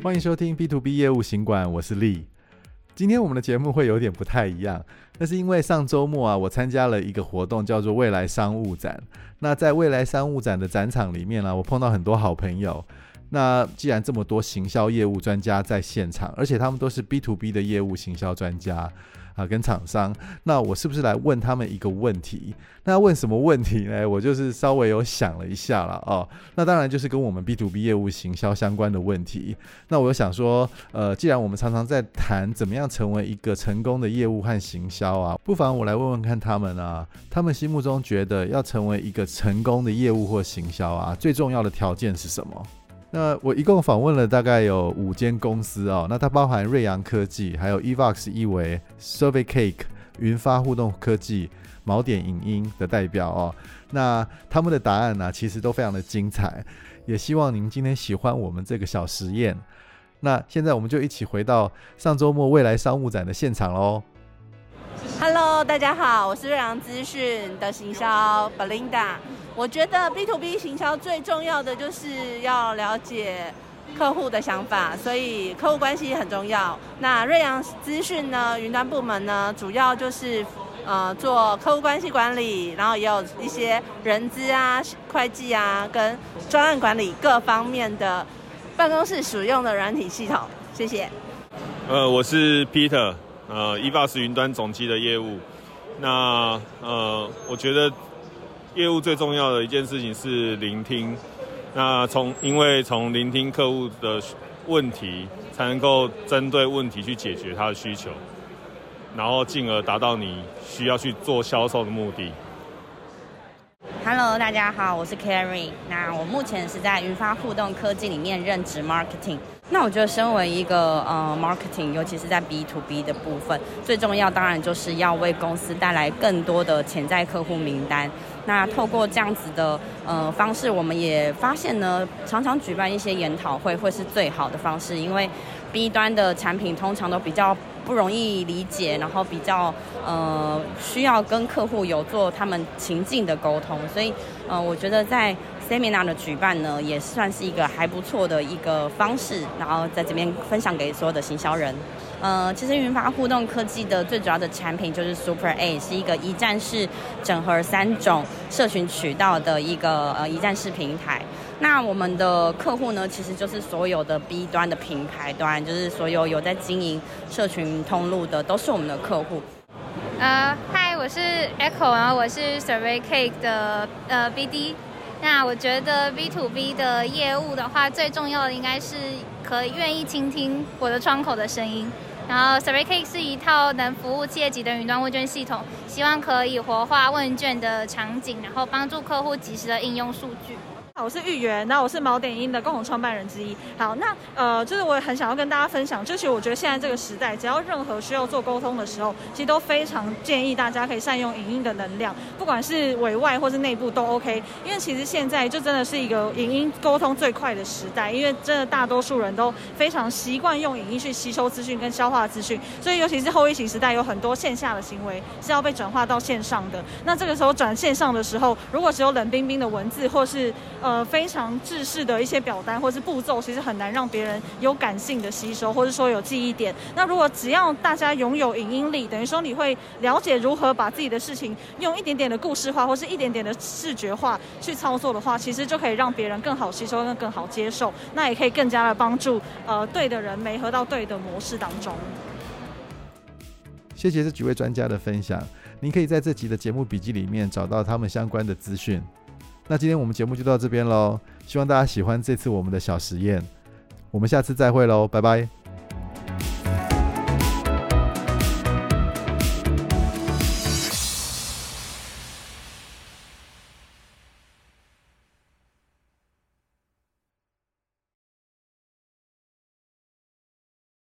欢迎收听 B2B 业务行馆，我是Lee。今天我们的节目会有点不太一样，那是因为上周末我参加了一个活动，叫做未来商务展。那在未来商务展的展场里面我碰到很多好朋友。那既然这么多行销业务专家在现场，而且他们都是 B2B 的业务行销专家跟厂商，那我是不是来问他们一个问题？那问什么问题呢？我就是稍微有想了一下啦那当然就是跟我们 B2B 业务行销相关的问题。那我又想说既然我们常常在谈怎么样成为一个成功的业务和行销不妨我来问问看他们他们心目中觉得要成为一个成功的业务或行销最重要的条件是什么？那我一共访问了大概有5间公司那它包含瑞阳科技，还有 Evox 一维、Survey Cake、云发互动科技、锚点影音的代表那他们的答案其实都非常的精彩，也希望您今天喜欢我们这个小实验。那现在我们就一起回到上周末未来商务展的现场咯。 Hello， 大家好，我是瑞阳资讯的行销 Belinda。我觉得 B2B 行销最重要的就是要了解客户的想法，所以客户关系很重要。那瑞阳资讯呢，云端部门呢，主要就是做客户关系管理，然后也有一些人资会计跟专案管理各方面的办公室使用的软体系统。谢谢。 我是 Peter，Evox 云端总机的业务。那我觉得业务最重要的一件事情是聆听。那因为从聆听客户的问题，才能够针对问题去解决他的需求，然后进而达到你需要去做销售的目的。 Hello， 大家好，我是 Carrie。那我目前是在云发互动科技里面任职 Marketing。那我觉得身为一个Marketing， 尤其是在 B2B 的部分，最重要当然就是要为公司带来更多的潜在客户名单。那透过这样子的方式，我们也发现呢，常常举办一些研讨会会是最好的方式，因为 B 端的产品通常都比较不容易理解，然后比较需要跟客户有做他们情境的沟通，所以我觉得在 Seminar 的举办呢，也算是一个还不错的一个方式，然后在这边分享给所有的行销人。其实云发互动科技的最主要的产品就是 Super A， 是一个一站式整合3种社群渠道的一个一站式平台。那我们的客户呢，其实就是所有的 B 端的品牌端，就是所有有在经营社群通路的，都是我们的客户。 嗨，我是 Echo， 然后我是 Survey Cake 的BD。那我觉得 B2B 的业务的话，最重要的应该是可以愿意倾听我的窗口的声音。然后 Survey Cake 是一套能服务企业级的云端问卷系统，希望可以活化问卷的场景，然后帮助客户及时的应用数据。 我是玉媛，然后我是锚点音的共同创办人之一。好，那就是我也很想要跟大家分享，就是我觉得现在这个时代，只要任何需要做沟通的时候，其实都非常建议大家可以善用影音的能量，不管是委外或是内部都 OK。因为其实现在就真的是一个影音沟通最快的时代，因为真的大多数人都非常习惯用影音去吸收资讯跟消化资讯，所以尤其是后疫情时代，有很多线下的行为是要被转化到线上的。那这个时候转线上的时候，如果只有冷冰冰的文字或是非常制式的一些表单或是步骤，其实很难让别人有感性的吸收，或者说有记忆点。那如果只要大家拥有影音力，等于说你会了解如何把自己的事情用一点点的故事化或是一点点的视觉化去操作的话，其实就可以让别人更好吸收跟更好接受，那也可以更加的帮助对的人媒合到对的模式当中。 谢谢这几位专家的分享，您可以在这集的节目笔记里面找到他们相关的资讯。那今天我们节目就到这边咯，希望大家喜欢这次我们的小实验，我们下次再会咯，拜拜。